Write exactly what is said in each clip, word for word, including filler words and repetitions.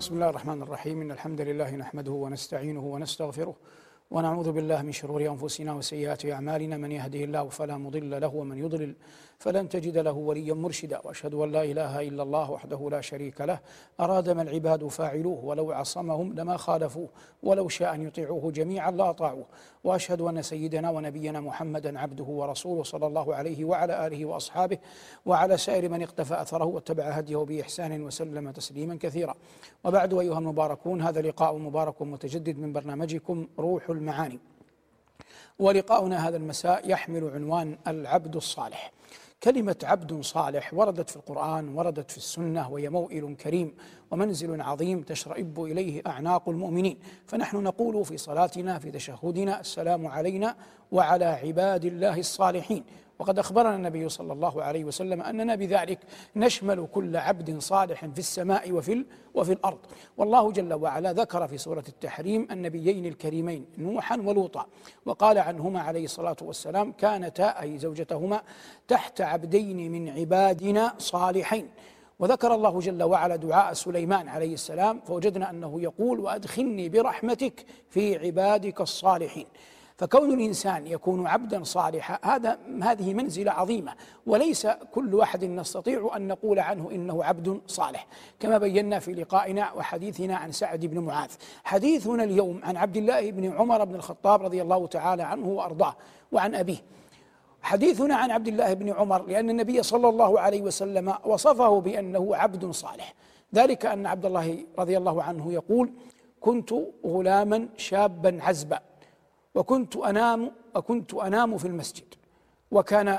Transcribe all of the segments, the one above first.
بسم الله الرحمن الرحيم. إن الحمد لله نحمده ونستعينه ونستغفره ونعوذ بالله من شرور أنفسنا وسيئات أعمالنا. من يهده الله فلا مضل له ومن يضلل فلن تجد له وليا مرشدا. وأشهد أن لا إله إلا الله وحده لا شريك له أراد ما العباد فاعلوه ولو عصمهم لما خالفوه ولو شاء أن يطيعوه جميعا لأطاعوه. وأشهد أن سيدنا ونبينا محمدا عبده ورسوله صلى الله عليه وعلى آله وأصحابه وعلى سائر من اقتفى أثره واتبع هديه بإحسان وسلم تسليما كثيرا. وبعد أيها المباركون، هذا لقاء مبارك متجدد من برنامجكم روح المعاني، ولقاؤنا هذا المساء يحمل عنوان العبد الصالح. كلمة عبد صالح وردت في القرآن، وردت في السنة، وهي موئل كريم ومنزل عظيم تشرئب إليه أعناق المؤمنين. فنحن نقول في صلاتنا في تشهدنا: السلام علينا وعلى عباد الله الصالحين. وقد أخبرنا النبي صلى الله عليه وسلم أننا بذلك نشمل كل عبد صالح في السماء وفي, وفي الأرض. والله جل وعلا ذكر في سورة التحريم النبيين الكريمين نوحا ولوطا، وقال عنهما عليه الصلاة والسلام: كانتا أي زوجتهما تحت عبدين من عبادنا صالحين. وذكر الله جل وعلا دعاء سليمان عليه السلام، فوجدنا أنه يقول: وأدخلني برحمتك في عبادك الصالحين. فكون الإنسان يكون عبدا صالحا هذا هذه منزلة عظيمة، وليس كل واحد نستطيع أن نقول عنه إنه عبد صالح، كما بينا في لقائنا وحديثنا عن سعد بن معاذ. حديثنا اليوم عن عبد الله بن عمر بن الخطاب رضي الله تعالى عنه وأرضاه وعن أبيه. حديثنا عن عبد الله بن عمر لأن النبي صلى الله عليه وسلم وصفه بأنه عبد صالح، ذلك أن عبد الله رضي الله عنه يقول: كنت غلاما شابا عزبا، وكنت أنام وكنت أنام في المسجد، وكان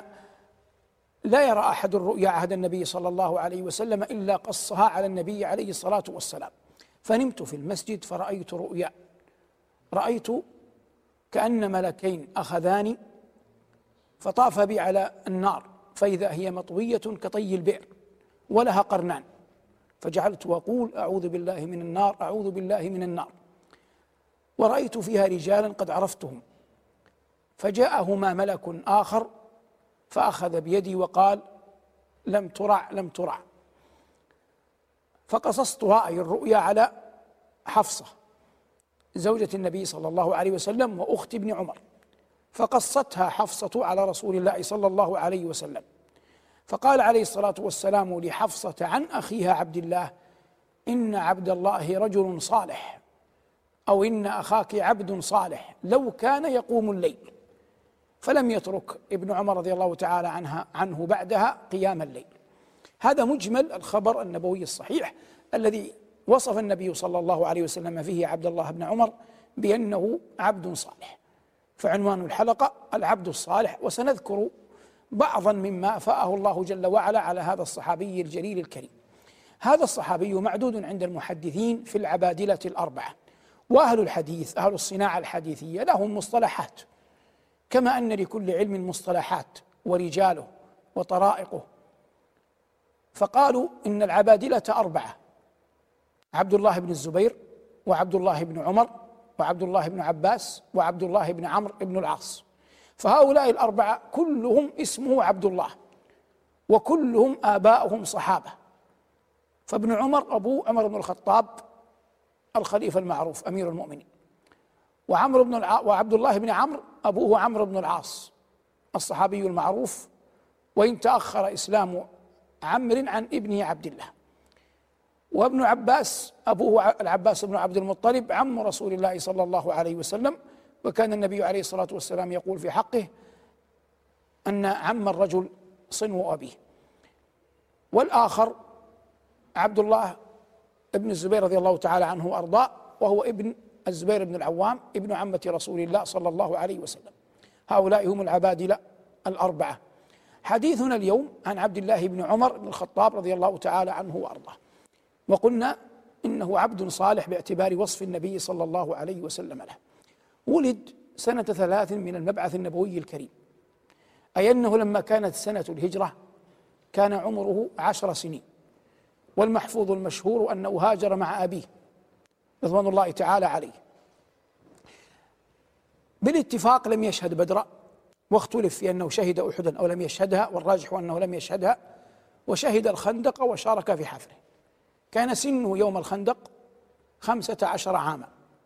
لا يرى أحد الرؤيا عهد النبي صلى الله عليه وسلم إلا قصها على النبي عليه الصلاة والسلام. فنمت في المسجد فرأيت رؤيا، رأيت كأن ملكين أخذاني فطاف بي على النار، فإذا هي مطوية كطي البئر ولها قرنان، فجعلت أقول: أعوذ بالله من النار، أعوذ بالله من النار. ورأيت فيها رجالا قد عرفتهم، فجاءهما ملك آخر فأخذ بيدي وقال: لم ترع لم ترع. فقصصتها أي الرؤيا على حفصة زوجة النبي صلى الله عليه وسلم وأخت ابن عمر، فقصتها حفصة على رسول الله صلى الله عليه وسلم، فقال عليه الصلاة والسلام لحفصة عن أخيها عبد الله: إن عبد الله رجل صالح، أو إن أخاك عبد صالح لو كان يقوم الليل. فلم يترك ابن عمر رضي الله تعالى عنها عنه بعدها قيام الليل. هذا مجمل الخبر النبوي الصحيح الذي وصف النبي صلى الله عليه وسلم فيه عبد الله بن عمر بأنه عبد صالح. فعنوان الحلقة العبد الصالح، وسنذكر بعضا مما أفاءه الله جل وعلا على هذا الصحابي الجليل الكريم. هذا الصحابي معدود عند المحدثين في العبادلة الأربعة، وأهل الحديث أهل الصناعة الحديثية لهم مصطلحات، كما أن لكل علم مصطلحات ورجاله وطرائقه. فقالوا إن العبادلة أربعة: عبد الله بن الزبير، وعبد الله بن عمر، وعبد الله بن عباس، وعبد الله بن عمرو بن العاص. فهؤلاء الأربعة كلهم اسمه عبد الله، وكلهم آباؤهم صحابة. فابن عمر أبوه عمر بن الخطاب الخليفة المعروف أمير المؤمنين، وعمرو بن الع... وعبد الله بن عمرو أبوه عمرو بن العاص الصحابي المعروف، وإن تأخر إسلام عمرو عن ابنه عبد الله. وابن عباس أبوه العباس بن عبد المطلب عم رسول الله صلى الله عليه وسلم، وكان النبي عليه الصلاة والسلام يقول في حقه أن عم الرجل صنو أبيه. والآخر عبد الله ابن الزبير رضي الله تعالى عنه وأرضاه، وهو ابن الزبير بن العوام ابن عمة رسول الله صلى الله عليه وسلم. هؤلاء هم العبادلة الأربعة. حديثنا اليوم عن عبد الله بن عمر بن الخطاب رضي الله تعالى عنه وأرضاه، وقلنا إنه عبد صالح باعتبار وصف النبي صلى الله عليه وسلم له. ولد سنة ثلاث من المبعث النبوي الكريم، أي أنه لما كانت سنة الهجرة كان عمره عشر سنين. والمحفوظ المشهور أنه هاجر مع أبيه رضوان الله تعالى عليه. بالاتفاق لم يشهد بدرا، واختلف في أنه شهد أحدا أو لم يشهدها، والراجح أنه لم يشهدها. وشهد الخندق وشارك في حفره. كان سنه يوم الخندق خمسة عشر عاما،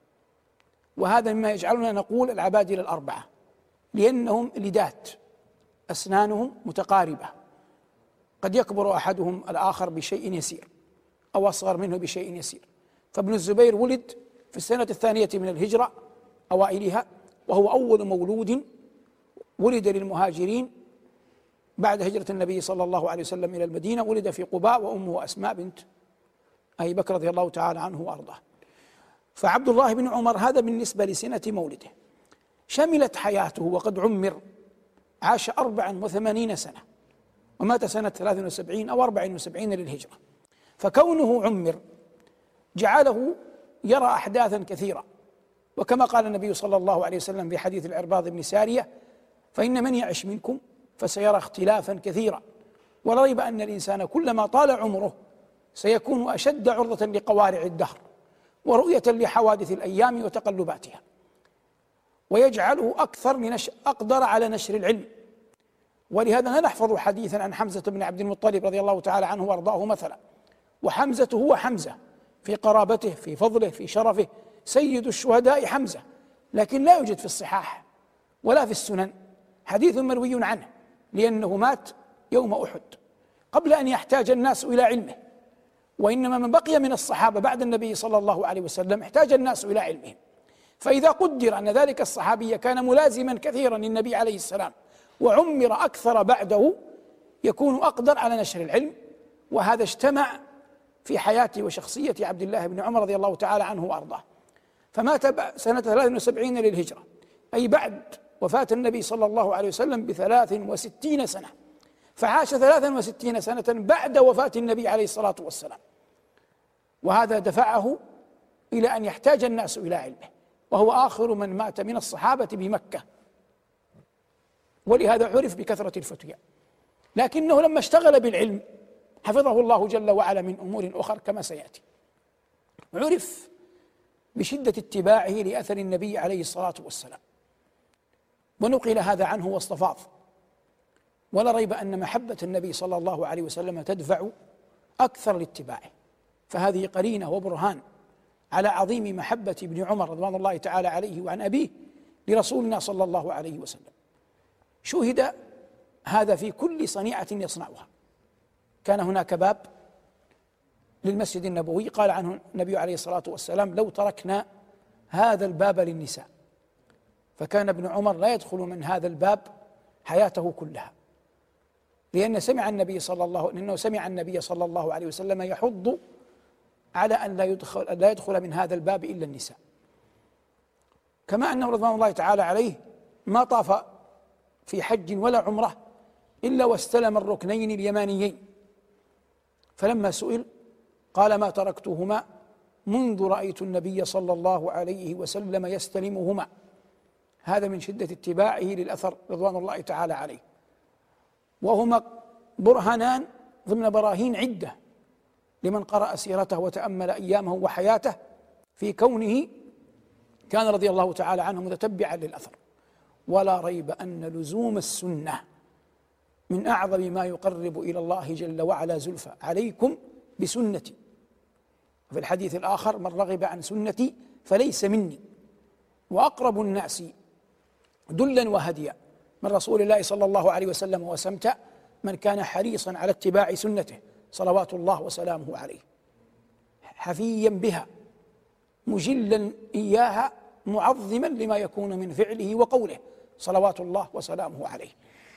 وهذا مما يجعلنا نقول العبادلة الأربعة، لأنهم لدات أسنانهم متقاربة، قد يكبر أحدهم الآخر بشيء يسير أو أصغر منه بشيء يسير. فابن الزبير ولد في السنة الثانية من الهجرة أوائلها، وهو أول مولود ولد للمهاجرين بعد هجرة النبي صلى الله عليه وسلم إلى المدينة. ولد في قباء، وأمه أسماء بنت أبي بكر رضي الله تعالى عنه وأرضاه. فعبد الله بن عمر هذا بالنسبة لسنة مولده. شملت حياته وقد عمر، عاش أربعا وثمانين سنة، ومات سنة ثلاث وسبعين أو أربع وسبعين للهجرة. فكونه عمر جعله يرى أحداثا كثيرة، وكما قال النبي صلى الله عليه وسلم في حديث العرباض بن سارية: فإن من يعش منكم فسيرى اختلافا كثيرا، ولا ريب أن الإنسان كلما طال عمره سيكون أشد عرضة لقوارع الدهر ورؤية لحوادث الأيام وتقلباتها، ويجعله أكثر لنشر أقدر على نشر العلم. ولهذا لا نحفظ حديثا عن حمزة بن عبد المطلب رضي الله تعالى عنه وأرضاه مثلا، وحمزة هو حمزة في قرابته، في فضله، في شرفه، سيد الشهداء حمزة، لكن لا يوجد في الصحاح ولا في السنن حديث مروي عنه، لأنه مات يوم أحد قبل أن يحتاج الناس إلى علمه. وإنما من بقي من الصحابة بعد النبي صلى الله عليه وسلم احتاج الناس إلى علمهم. فإذا قدر أن ذلك الصحابي كان ملازما كثيرا للنبي عليه السلام وعمر أكثر بعده، يكون أقدر على نشر العلم. وهذا اجتمع في حياة وشخصية عبد الله بن عمر رضي الله تعالى عنه وأرضاه. فمات سنة ثلاث وسبعين للهجرة، أي بعد وفاة النبي صلى الله عليه وسلم بثلاث وستين سنة، فعاش ثلاثا وستين سنة بعد وفاة النبي عليه الصلاة والسلام. وهذا دفعه إلى أن يحتاج الناس إلى علمه، وهو آخر من مات من الصحابة بمكة، ولهذا عرف بكثرة الفتيا. لكنه لما اشتغل بالعلم حفظه الله جل وعلا من أمور أخرى كما سيأتي. عرف بشدة اتباعه لأثر النبي عليه الصلاة والسلام، ونقل هذا عنه واستفاض. ولا ريب أن محبة النبي صلى الله عليه وسلم تدفع أكثر لاتباعه، فهذه قرينة وبرهان على عظيم محبة ابن عمر رضوان الله تعالى عليه وعن أبيه لرسولنا صلى الله عليه وسلم. شوهد هذا في كل صنيعة يصنعها. كان هناك باب للمسجد النبوي قال عنه النبي عليه الصلاة والسلام: لو تركنا هذا الباب للنساء. فكان ابن عمر لا يدخل من هذا الباب حياته كلها، لأن سمع النبي صلى الله لأنه سمع النبي صلى الله عليه وسلم يحض على أن لا يدخل لا يدخل من هذا الباب إلا النساء. كما أنه رضوان الله تعالى عليه ما طاف في حج ولا عمرة إلا واستلم الركنين اليمانيين، فلما سئل قال: ما تركتهما منذ رأيت النبي صلى الله عليه وسلم يستلمهما. هذا من شدة اتباعه للأثر رضوان الله تعالى عليه. وهما برهانان ضمن براهين عدة لمن قرأ سيرته وتأمل أيامه وحياته في كونه كان رضي الله تعالى عنه متتبعا للأثر. ولا ريب أن لزوم السنة من أعظم ما يقرب إلى الله جل وعلا زلفى. عليكم بسنتي. وفي الحديث الآخر: من رغب عن سنتي فليس مني. وأقرب الناس دلا وهديا من رسول الله صلى الله عليه وسلم وسمتا من كان حريصا على اتباع سنته صلوات الله وسلامه عليه، حفيا بها مجلا إياها معظما لما يكون من فعله وقوله صلوات الله وسلامه عليه.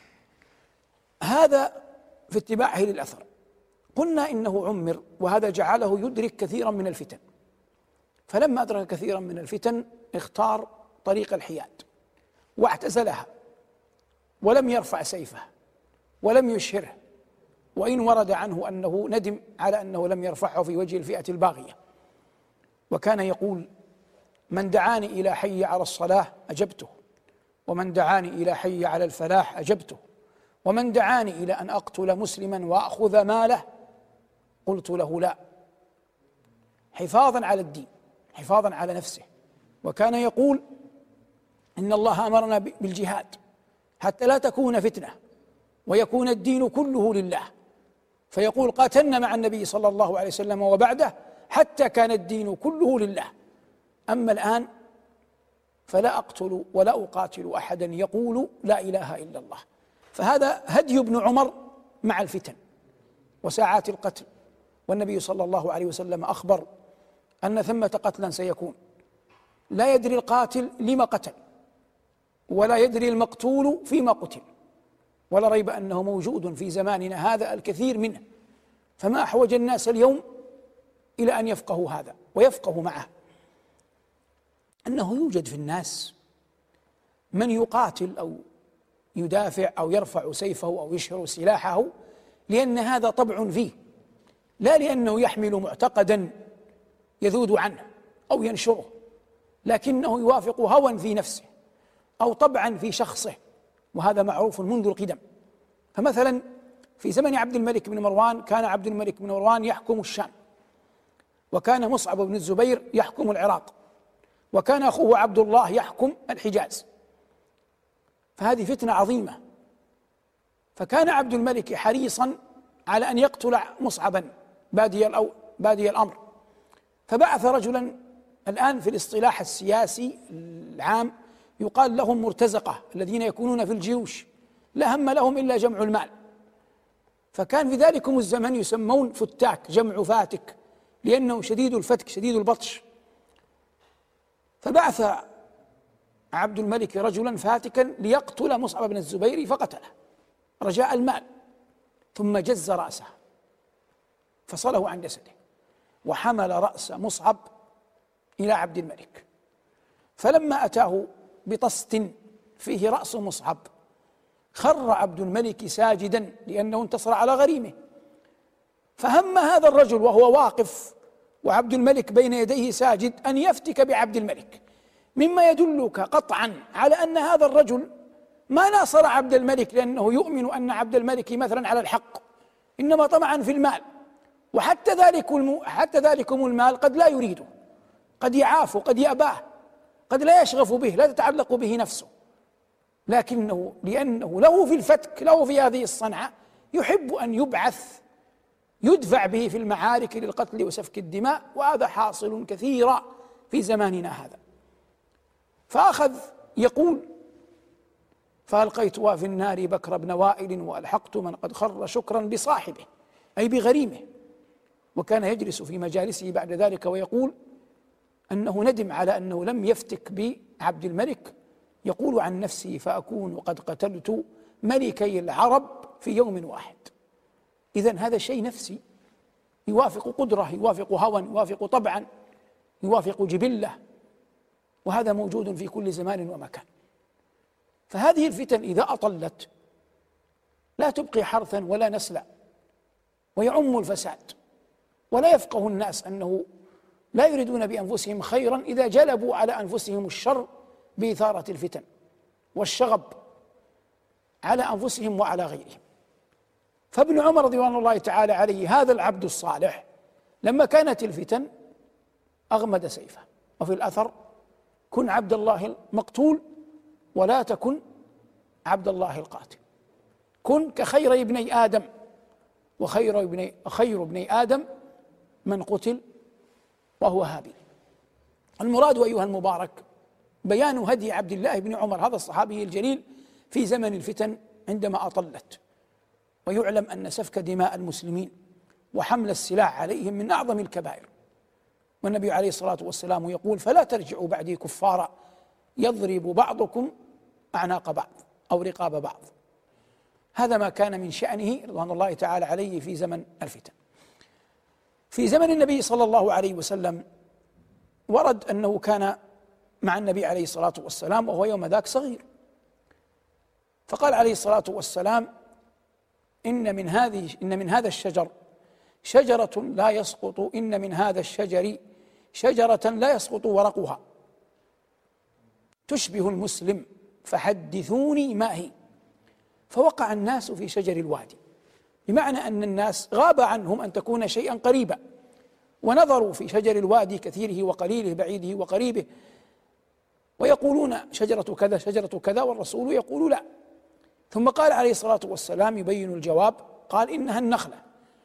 هذا في اتباعه للأثر. قلنا إنه عمر، وهذا جعله يدرك كثيرا من الفتن. فلما أدرك كثيرا من الفتن اختار طريق الحياد واعتزلها، ولم يرفع سيفه ولم يشهره، وإن ورد عنه أنه ندم على أنه لم يرفعه في وجه الفئة الباغية. وكان يقول: من دعاني إلى حي على الصلاة أجبته، ومن دعاني إلى حي على الفلاح أجبته، ومن دعاني إلى أن أقتل مسلما وأخذ ماله قلت له لا، حفاظا على الدين، حفاظا على نفسه. وكان يقول: إن الله أمرنا بالجهاد حتى لا تكون فتنة ويكون الدين كله لله. فيقول: قاتلنا مع النبي صلى الله عليه وسلم وبعده حتى كان الدين كله لله. أما الآن فلا أقتل ولا أقاتل أحدا يقول لا إله إلا الله. فهذا هدي ابن عمر مع الفتن وساعات القتل، والنبي صلى الله عليه وسلم أخبر أن ثمة قتلا سيكون لا يدري القاتل لما قتل ولا يدري المقتول فيما قتل، ولا ريب أنه موجود في زماننا هذا الكثير منه. فما أحوج الناس اليوم إلى أن يفقهوا هذا ويفقهوا معه أنه يوجد في الناس من يقاتل أو يدافع أو يرفع سيفه أو يشهر سلاحه لأن هذا طبع فيه، لا لأنه يحمل معتقدا يذود عنه أو ينشره، لكنه يوافق هوى في نفسه أو طبعا في شخصه، وهذا معروف منذ القدم. فمثلا في زمن عبد الملك بن مروان كان عبد الملك بن مروان يحكم الشام، وكان مصعب بن الزبير يحكم العراق، وكان أخوه عبد الله يحكم الحجاز. فهذه فتنة عظيمة، فكان عبد الملك حريصا على أن يقتل مصعبا بادي الأو بادي الأمر، فبعث رجلا الآن في الاصطلاح السياسي العام يقال لهم مرتزقة، الذين يكونون في الجيوش لا هم لهم إلا جمع المال. فكان في ذلكم الزمن يسمون فتاك، جمع فاتك، لأنه شديد الفتك شديد البطش. فبعث عبد الملك رجلا فاتكا ليقتل مصعب بن الزبير فقتله رجاء المال، ثم جز رأسه فصله عن جسده وحمل رأس مصعب إلى عبد الملك. فلما أتاه بطست فيه رأس مصعب خر عبد الملك ساجدا لأنه انتصر على غريمه. فهم هذا الرجل وهو واقف وعبد الملك بين يديه ساجد أن يفتك بعبد الملك، مما يدلك قطعا على أن هذا الرجل ما ناصر عبد الملك لأنه يؤمن أن عبد الملك مثلا على الحق، إنما طمعا في المال، وحتى ذلك الم... حتى ذلكم المال قد لا يريده، قد يعاف، قد يأباه، قد لا يشغف به، لا تتعلق به نفسه، لكنه لأنه له في الفتك، له في هذه الصنعة، يحب أن يبعث يدفع به في المعارك للقتل وسفك الدماء، وهذا حاصل كثيرا في زماننا هذا. فأخذ يقول: فألقيتها في النار بكر بن وائل وألحقت من قد خر شكرا بصاحبه، أي بغريمه. وكان يجلس في مجالسه بعد ذلك ويقول أنه ندم على أنه لم يفتك بعبد الملك، يقول عن نفسه: فأكون قد قتلت ملكي العرب في يوم واحد. إذن هذا شيء نفسي يوافق قدرة، يوافق هوى، يوافق طبعا، يوافق جبلة، وهذا موجود في كل زمان ومكان. فهذه الفتن إذا أطلت لا تبقي حرثا ولا نسلا، ويعم الفساد، ولا يفقه الناس أنه لا يريدون بأنفسهم خيرا إذا جلبوا على أنفسهم الشر بإثارة الفتن والشغب على أنفسهم وعلى غيرهم. فابن عمر رضوان الله تعالى عليه هذا العبد الصالح لما كانت الفتن أغمد سيفه. وفي الأثر: كن عبد الله المقتول ولا تكن عبد الله القاتل، كن كخير ابني آدم، وخير ابني خير ابني آدم من قتل وهو هابيل. المراد أيها المبارك بيان هدي عبد الله بن عمر هذا الصحابي الجليل في زمن الفتن عندما أطلت. ويعلم أن سفك دماء المسلمين وحمل السلاح عليهم من أعظم الكبائر، والنبي عليه الصلاة والسلام يقول: فلا ترجعوا بعدي كفارا يضرب بعضكم أعناق بعض أو رقاب بعض. هذا ما كان من شأنه رضوان الله تعالى عليه في زمن الفتن. في زمن النبي صلى الله عليه وسلم ورد أنه كان مع النبي عليه الصلاة والسلام وهو يوم ذاك صغير، فقال عليه الصلاة والسلام: إن من هذه إن من هذا الشجر شجرة لا يسقط إن من هذا الشجر شجرة لا يسقط ورقها تشبه المسلم فحدثوني ما هي. فوقع الناس في شجر الوادي، بمعنى أن الناس غاب عنهم أن تكون شيئا قريبا، ونظروا في شجر الوادي كثيره وقليله، بعيده وقريبه، ويقولون شجرة كذا شجرة كذا، والرسول يقول لا. ثم قال عليه الصلاة والسلام يبين الجواب، قال: إنها النخلة.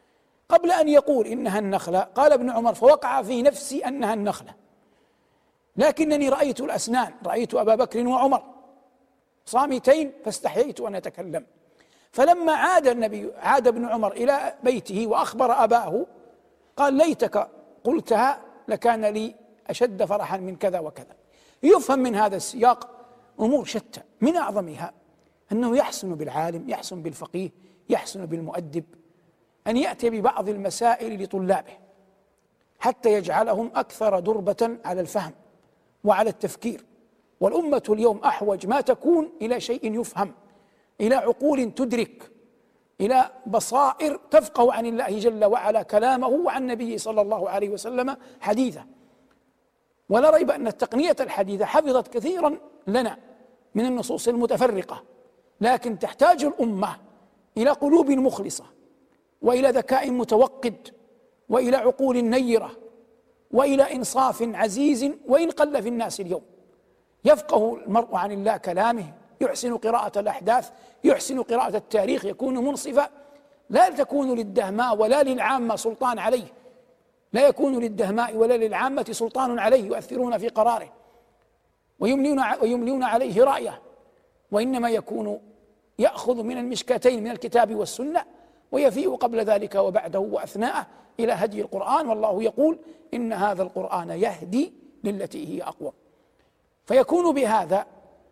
قبل أن يقول إنها النخلة قال ابن عمر: فوقع في نفسي أنها النخلة، لكنني رأيت الأسنان، رأيت أبا بكر وعمر صامتين فاستحييت أن أتكلم. فلما عاد النبي عاد ابن عمر إلى بيته وأخبر أباه قال: ليتك قلتها لكان لي أشد فرحا من كذا وكذا. يفهم من هذا السياق أمور شتى، من أعظمها أنه يحسن بالعالم، يحسن بالفقيه، يحسن بالمؤدب أن يأتي ببعض المسائل لطلابه حتى يجعلهم أكثر دربة على الفهم وعلى التفكير. والأمة اليوم أحوج ما تكون إلى شيء يفهم، إلى عقول تدرك، إلى بصائر تفقه عن الله جل وعلا كلامه وعن نبيه صلى الله عليه وسلم حديثه. ولا ريب أن التقنية الحديثة حفظت كثيرا لنا من النصوص المتفرقة، لكن تحتاج الأمة إلى قلوب مخلصة، وإلى ذكاء متوقد، وإلى عقول نيرة، وإلى إنصاف عزيز وإن قل في الناس اليوم. يفقه المرء عن الله كلامه، يحسن قراءة الأحداث، يحسن قراءة التاريخ، يكون منصفا، لا تكون للدهماء ولا للعامة سلطان عليه، لا يكون للدهماء ولا للعامة سلطان عليه يؤثرون في قراره ويملون ويملون عليه رأيه، وإنما يكون يأخذ من المشكاتين من الكتاب والسنة ويفيء قبل ذلك وبعده وأثناءه إلى هدي القرآن. والله يقول: إن هذا القرآن يهدي للتي هي أقوم. فيكون بهذا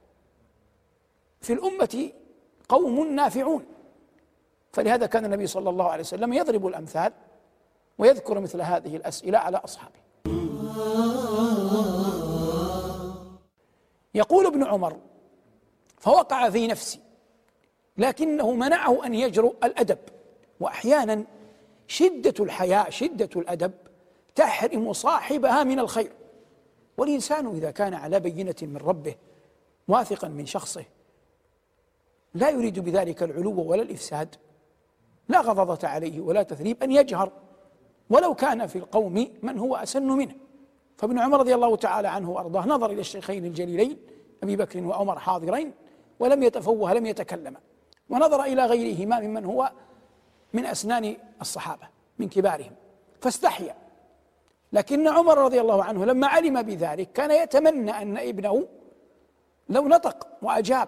في الأمة قوم نافعون. فلهذا كان النبي صلى الله عليه وسلم يضرب الأمثال ويذكر مثل هذه الأسئلة على أصحابه. يقول ابن عمر: فوقع في نفسي، لكنه منعه أن يجرؤ الأدب. وأحيانا شدة الحياء، شدة الأدب تحرم صاحبها من الخير. والإنسان إذا كان على بينة من ربه واثقا من شخصه لا يريد بذلك العلو ولا الإفساد، لا غضضة عليه ولا تثريب، أن يجهر ولو كان في القوم من هو أسن منه. فابن عمر رضي الله تعالى عنه وأرضاه نظر إلى الشيخين الجليلين أبي بكر وعمر حاضرين ولم يتفوه، لم يتكلم، ونظر إلى غيرهما ممن هو من أسنان الصحابة من كبارهم فاستحيا. لكن عمر رضي الله عنه لما علم بذلك كان يتمنى أن ابنه لو نطق وأجاب،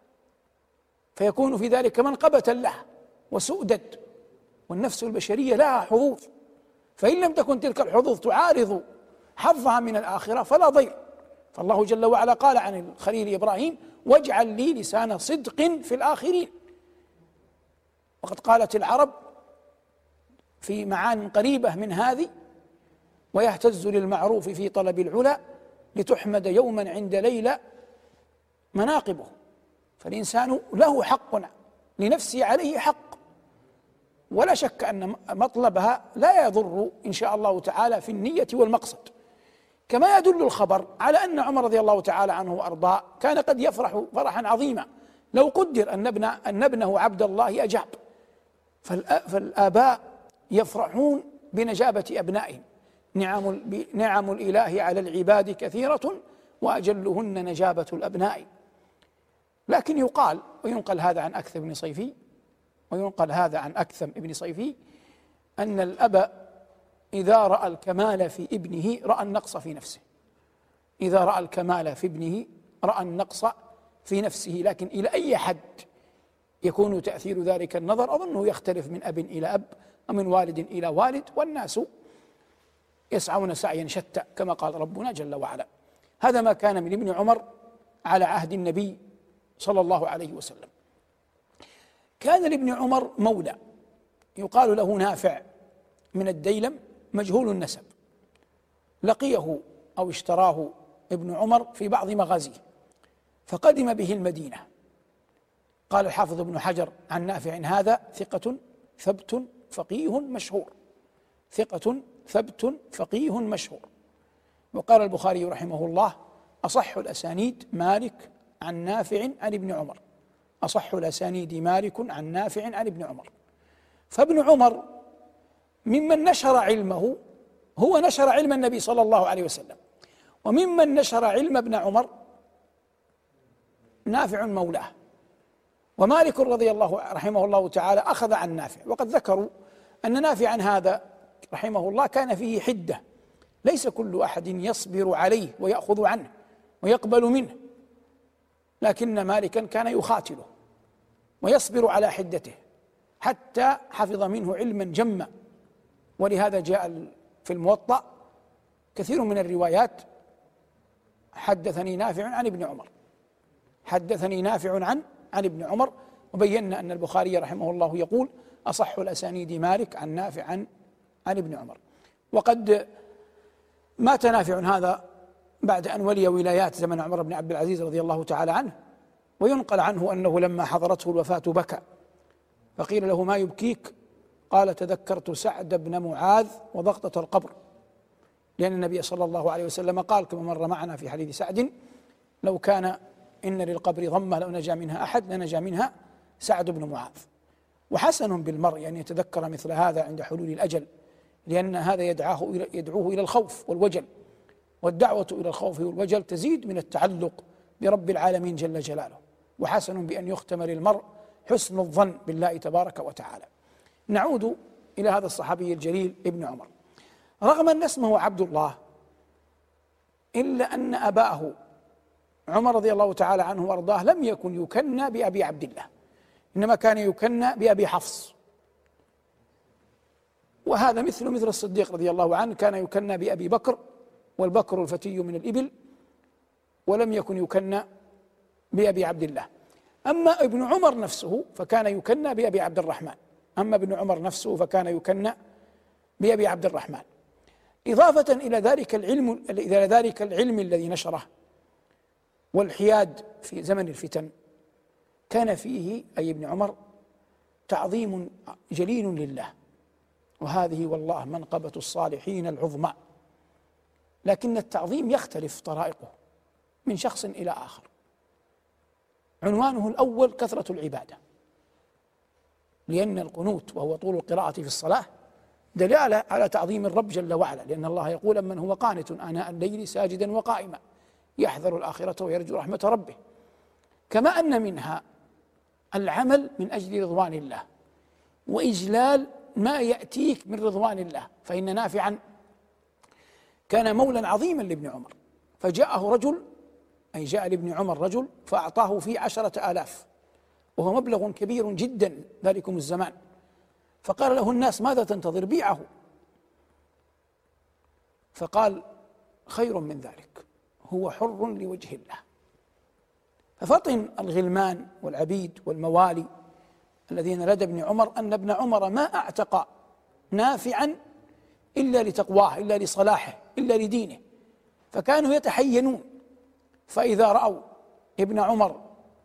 فيكون في ذلك منقبة له وسؤدد. والنفس البشرية لها حظوظ، فإن لم تكن تلك الحظوظ تعارض حظها من الآخرة فلا ضير. فالله جل وعلا قال عن الخليل إبراهيم: واجعل لي لسان صدق في الآخرين. وقد قالت العرب في معان قريبة من هذه: ويهتز للمعروف في طلب العلا لتحمد يوما عند ليلى مناقبه. فالإنسان له حق لنفسه، عليه حق، ولا شك أن مطلبها لا يضر إن شاء الله تعالى في النية والمقصد. كما يدل الخبر على أن عمر رضي الله تعالى عنه وأرضاه كان قد يفرح فرحا عظيما لو قدر أن ابن أن ابنه عبد الله أجاب. فالآباء يفرحون بنجابة أبنائهم. نعم نعم الإله على العباد كثيرة وأجلهن نجابة الأبناء. لكن يقال وينقل هذا عن أكثم بن صيفي وينقل هذا عن أكثم بن صيفي أن الأب إذا رأى الكمال في ابنه رأى النقص في نفسه. إذا رأى الكمال في ابنه رأى النقص في نفسه. لكن إلى أي حد يكون تأثير ذلك النظر أظنه يختلف من أب إلى أب ومن والد إلى والد، والناس يسعون سعيا شتى كما قال ربنا جل وعلا. هذا ما كان من ابن عمر على عهد النبي صلى الله عليه وسلم. كان لابن عمر مولى يقال له نافع من الديلم مجهول النسب، لقيه أو اشتراه ابن عمر في بعض مغازيه فقدم به المدينة. قال الحافظ ابن حجر عن نافع: هذا ثقة ثبت فقيه مشهور، ثقة ثبت فقيه مشهور. وقال البخاري رحمه الله: أصح الأسانيد مالك عن نافع عن ابن عمر، أصح الأسانيد مالك عن نافع عن ابن عمر. فابن عمر ممن نشر علمه هو نشر علم النبي صلى الله عليه وسلم، وممن نشر علم ابن عمر نافع مولاه. ومالك رضي الله رحمه الله تعالى أخذ عن نافع، وقد ذكروا أن نافعا هذا رحمه الله كان فيه حدة، ليس كل أحد يصبر عليه ويأخذ عنه ويقبل منه، لكن مالكا كان يخاتله ويصبر على حدته حتى حفظ منه علما جما. ولهذا جاء في الموطأ كثير من الروايات: حدثني نافع عن ابن عمر، حدثني نافع عن عن ابن عمر. وبينا أن البخاري رحمه الله يقول: أصح الأسانيد مالك عن نافع عن عن ابن عمر. وقد مات نافع هذا بعد أن ولي ولايات زمن عمر بن عبد العزيز رضي الله تعالى عنه، وينقل عنه أنه لما حضرته الوفاة بكى، فقيل له: ما يبكيك؟ قال: تذكرت سعد بن معاذ وضغطة القبر، لأن النبي صلى الله عليه وسلم قال كما مر معنا في حديث سعد: لو كان إن للقبر ضمة لو نجا منها أحد لنجا منها سعد بن معاذ. وحسن بالمرء أن يتذكر مثل هذا عند حلول الأجل، لأن هذا يدعاه يدعوه إلى الخوف والوجل، والدعوة إلى الخوف والوجل تزيد من التعلق برب العالمين جل جلاله. وحسن بأن يختم للمرء حسن الظن بالله تبارك وتعالى. نعود إلى هذا الصحابي الجليل ابن عمر. رغم أن اسمه عبد الله، إلا أن أباه عمر رضي الله تعالى عنه وأرضاه لم يكن يكنى بأبي عبد الله، إنما كان يكنى بأبي حفص. وهذا مثل مثل الصديق رضي الله عنه، كان يكنى بأبي بكر، والبكر الفتي من الإبل، ولم يكن يكنى بأبي عبد الله. أما ابن عمر نفسه فكان يكنى بأبي عبد الرحمن، أما ابن عمر نفسه فكان يكنى بأبي عبد الرحمن. إضافة إلى ذلك العلم إلى ذلك العلم الذي نشره والحياد في زمن الفتن، كان فيه أي ابن عمر تعظيم جليل لله، وهذه والله منقبة الصالحين العظمى. لكن التعظيم يختلف طرائقه من شخص إلى آخر. عنوانه الأول كثرة العبادة، لأن القنوت وهو طول القراءة في الصلاة دلالة على تعظيم الرب جل وعلا، لأن الله يقول: من هو قانت آناء الليل ساجدا وقائما يحذر الآخرة ويرجو رحمة ربه. كما أن منها العمل من أجل رضوان الله وإجلال ما يأتيك من رضوان الله. فإن نافعا كان مولا عظيما لابن عمر، فجاءه رجل، أي جاء لابن عمر رجل فأعطاه فيه عشرة آلاف، وهو مبلغ كبير جدا ذلكم الزمان. فقال له الناس: ماذا تنتظر؟ بيعه. فقال: خير من ذلك، هو حر لوجه الله. ففطن الغلمان والعبيد والموالي الذين لدى ابن عمر أن ابن عمر ما أعتق نافعا إلا لتقواه، إلا لصلاحه، إلا لدينه، فكانوا يتحينون. فإذا رأوا ابن عمر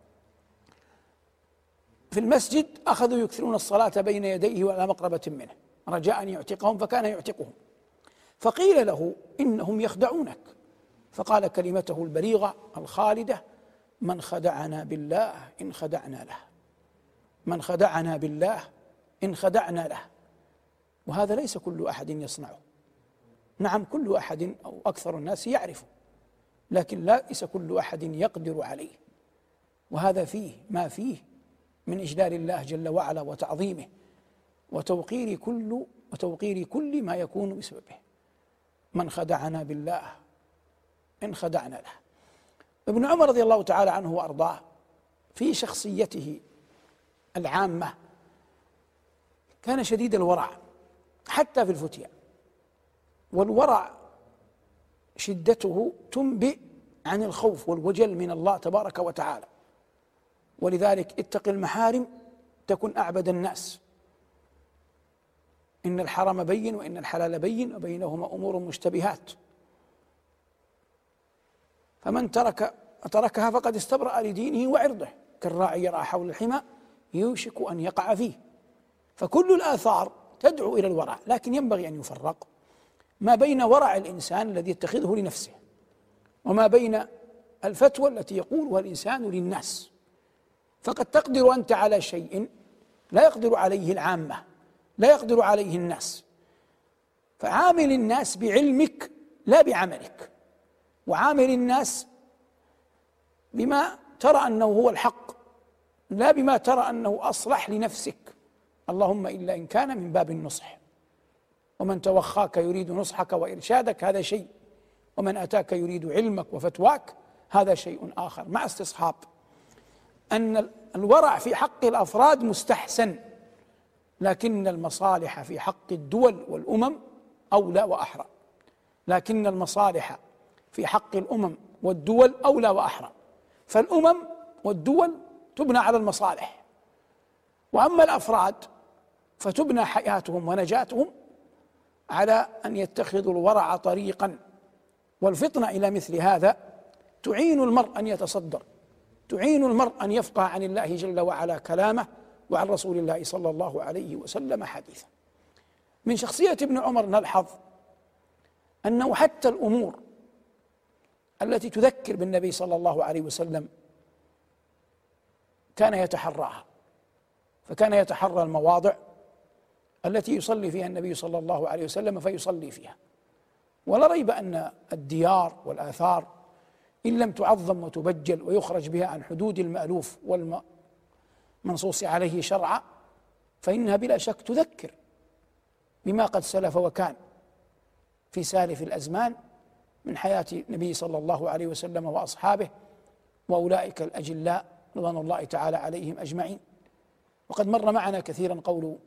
في المسجد أخذوا يكثرون الصلاة بين يديه وعلى مقربة منه رجاء أن يعتقهم، فكان يعتقهم. فقيل له: إنهم يخدعونك. فقال كلمته البليغة الخالدة: من خدعنا بالله إن خدعنا له، من خدعنا بالله إن خدعنا له. وهذا ليس كل أحد يصنعه. نعم، كل أحد أو أكثر الناس يعرفه، لكن ليس كل أحد يقدر عليه. وهذا فيه ما فيه من إجلال الله جل وعلا وتعظيمه وتوقير كل وتوقير كل ما يكون بسببه. من خدعنا بالله إن خدعنا له. ابن عمر رضي الله تعالى عنه وأرضاه في شخصيته العامة كان شديد الورع حتى في الفتيا، والورع شدته تنبئ عن الخوف والوجل من الله تبارك وتعالى. ولذلك اتق المحارم تكن أعبد الناس، إن الحرام بين وإن الحلال بين وبينهما أمور مشتبهات، فمن ترك تركها فقد استبرأ لدينه وعرضه، كالراعي يرعى حول الحمى يوشك أن يقع فيه. فكل الآثار تدعو إلى الورع، لكن ينبغي أن يفرق ما بين ورع الإنسان الذي يتخذه لنفسه وما بين الفتوى التي يقولها الإنسان للناس. فقد تقدر أنت على شيء لا يقدر عليه العامة، لا يقدر عليه الناس، فعامل الناس بعلمك لا بعملك، وعامل الناس بما ترى أنه هو الحق لا بما ترى أنه أصلح لنفسك. اللهم إلا إن كان من باب النصح، ومن توخاك يريد نصحك وإرشادك هذا شيء، ومن أتاك يريد علمك وفتواك هذا شيء آخر، مع استصحاب أن الورع في حق الأفراد مستحسن، لكن المصالح في حق الدول والأمم أولى وأحرى، لكن المصالح في حق الأمم والدول أولى وأحرى. فالأمم والدول تبنى على المصالح، وأما الأفراد فتبنى حياتهم ونجاتهم على أن يتخذوا الورع طريقا. والفطنة إلى مثل هذا تعين المرء أن يتصدر، تعين المرء أن يفقه عن الله جل وعلا كلامه، وعن رسول الله صلى الله عليه وسلم حديثا. من شخصية ابن عمر نلحظ أنه حتى الأمور التي تذكر بالنبي صلى الله عليه وسلم كان يتحراها، فكان يتحرى المواضع التي يصلي فيها النبي صلى الله عليه وسلم فيصلي فيها. ولا ريب أن الديار والآثار إن لم تعظم وتبجل ويخرج بها عن حدود المألوف والمنصوص عليه شرعا فإنها بلا شك تذكر بما قد سلف وكان في سالف الأزمان من حياة النبي صلى الله عليه وسلم وأصحابه وأولئك الأجلاء رضوان الله تعالى عليهم أجمعين. وقد مر معنا كثيرا قول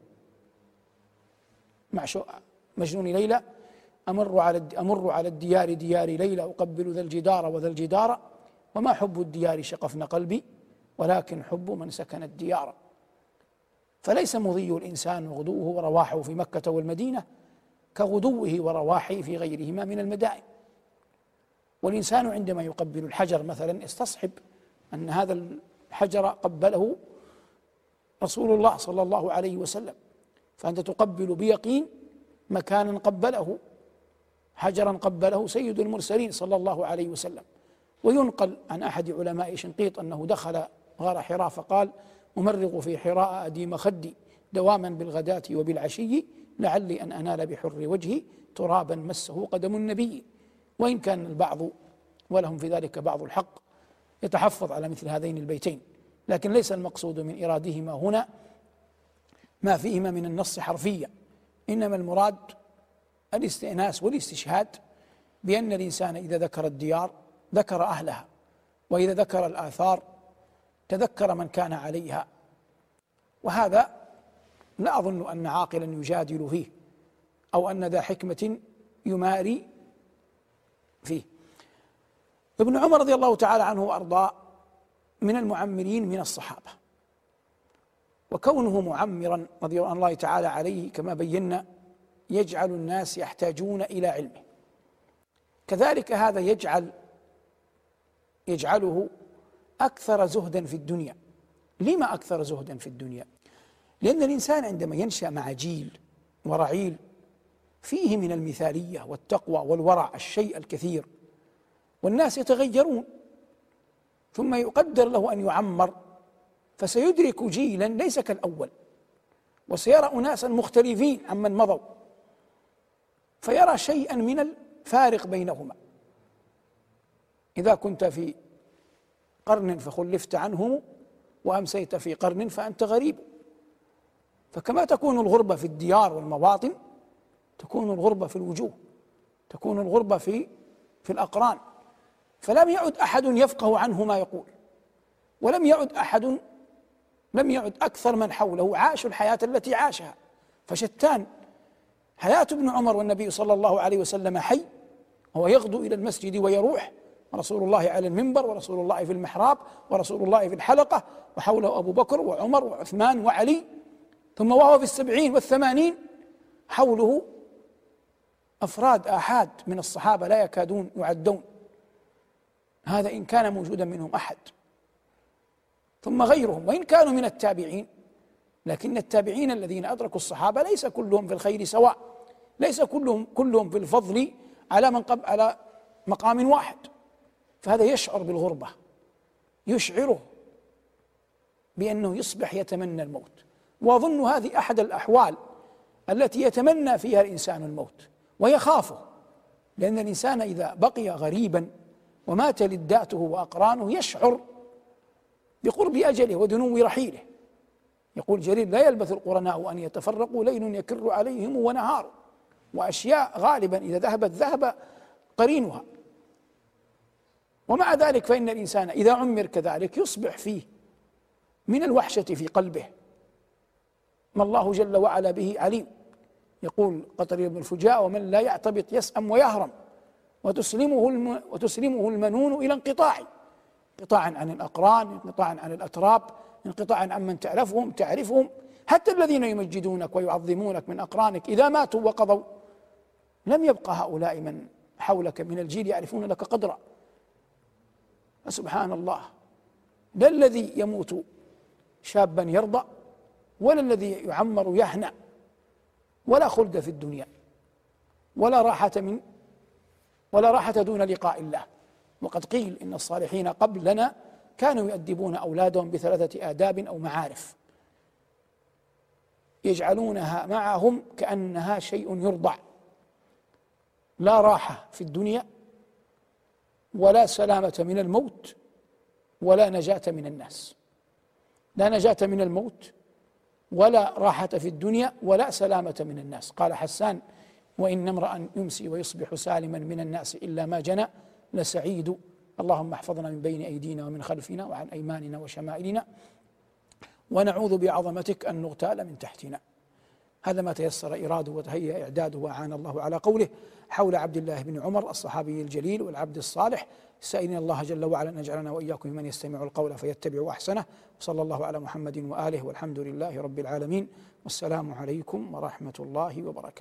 مجنون ليلى: أمر على أمر على الديار ديار ليلى أقبل ذا الجدار وذا الجدار، وما حب الديار شقفن قلبي ولكن حب من سكن الديار. فليس مضي الإنسان غدوه ورواحه في مكة والمدينة كغدوه ورواحه في غيرهما من المدائن. والإنسان عندما يقبل الحجر مثلا يستصحب أن هذا الحجر قبله رسول الله صلى الله عليه وسلم، فأنت تقبل بيقين مكانا قبله، حجرا قبله سيد المرسلين صلى الله عليه وسلم. وينقل عن أحد علماء شنقيط أنه دخل غار حراء فقال: أمرغ في حراء أديم خدي دواما بالغداة وبالعشي لعلي أن أنال بحر وجهي ترابا مسه قدم النبي. وإن كان البعض ولهم في ذلك بعض الحق يتحفظ على مثل هذين البيتين، لكن ليس المقصود من إرادهما هنا ما فيهما من النص حرفيا، إنما المراد الاستئناس والاستشهاد بأن الإنسان إذا ذكر الديار ذكر أهلها، وإذا ذكر الآثار تذكر من كان عليها. وهذا لا أظن أن عاقلا يجادل فيه أو أن ذا حكمة يماري فيه. ابن عمر رضي الله تعالى عنه وأرضاه من المعمرين من الصحابة، وكونه معمرا رضي الله تعالى عليه كما بينا يجعل الناس يحتاجون إلى علمه، كذلك هذا يجعل يجعله أكثر زهدا في الدنيا. لما أكثر زهدا في الدنيا؟ لأن الإنسان عندما ينشأ مع جيل ورعيل فيه من المثالية والتقوى والورع الشيء الكثير، والناس يتغيرون، ثم يقدر له أن يعمر فسيدرك جيلا ليس كالأول، وسيرى أناسا مختلفين عمن مضوا، فيرى شيئا من الفارق بينهما. إذا كنت في قرن فخلفت عنهم وأمسيت في قرن فأنت غريب. فكما تكون الغربة في الديار والمواطن تكون الغربة في الوجوه، تكون الغربة في في الأقران. فلم يعد أحد يفقه عنه ما يقول، ولم يعد أحد لم يعد أكثر من حوله عاشوا الحياة التي عاشها. فشتان حياة ابن عمر والنبي صلى الله عليه وسلم حي، وهو يغدو إلى المسجد ويروح، ورسول الله على المنبر، ورسول الله في المحراب، ورسول الله في الحلقة، وحوله أبو بكر وعمر وعثمان وعلي، ثم وهو في السبعين والثمانين حوله أفراد آحاد من الصحابة لا يكادون يعدون، هذا إن كان موجودا منهم أحد، ثم غيرهم وإن كانوا من التابعين، لكن التابعين الذين أدركوا الصحابة ليس كلهم في الخير سواء، ليس كلهم كلهم في الفضل على من قبل على مقام واحد. فهذا يشعر بالغربة، يشعره بأنه يصبح يتمنى الموت. وأظن هذه أحد الأحوال التي يتمنى فيها الإنسان الموت ويخافه، لأن الإنسان إذا بقي غريبا ومات لداته وأقرانه يشعر بقرب أجله ودنو رحيله، يقول جرير: لا يلبث القرناء أن يتفرقوا، ليل يكر عليهم ونهار، وأشياء غالبا إذا ذهبت ذهب قرينها. ومع ذلك فإن الإنسان إذا عمر كذلك يصبح فيه من الوحشة في قلبه ما الله جل وعلا به عليم. يقول قطري بن الفجاء: ومن لا يعتبط يسأم ويهرم، وتسلمه الم وتسلمه المنون إلى انقطاع، انقطاعا عن الأقران، انقطاعا عن الأتراب، انقطاعا عن من تعرفهم تعرفهم. حتى الذين يمجدونك ويعظمونك من أقرانك إذا ماتوا وقضوا لم يبقى هؤلاء من حولك من الجيل يعرفون لك قدرا. فسبحان الله، لا الذي يموت شابا يرضى، ولا الذي يعمر يهنأ، ولا خلد في الدنيا، ولا راحة من ولا راحة دون لقاء الله. وقد قيل إن الصالحين قبلنا كانوا يؤدبون أولادهم بثلاثة آداب أو معارف يجعلونها معهم كأنها شيء يرضع: لا راحة في الدنيا، ولا سلامة من الموت، ولا نجاة من الناس. لا نجاة من الموت، ولا راحة في الدنيا، ولا سلامة من الناس. قال حسان: وإن امرأ يمسي ويصبح سالما من الناس إلا ما جنى لسعيد. اللهم احفظنا من بين أيدينا ومن خلفنا وعن أيماننا وشمائلنا، ونعوذ بعظمتك أن نغتال من تحتنا. هذا ما تيسر إراده وتهيأ إعداده وأعان الله على قوله حول عبد الله بن عمر الصحابي الجليل والعبد الصالح، سائلين الله جل وعلا أن يجعلنا وإياكم ممن يستمع القول فيتبع أحسنه. وصلى الله على محمد وآله، والحمد لله رب العالمين، والسلام عليكم ورحمة الله وبركاته.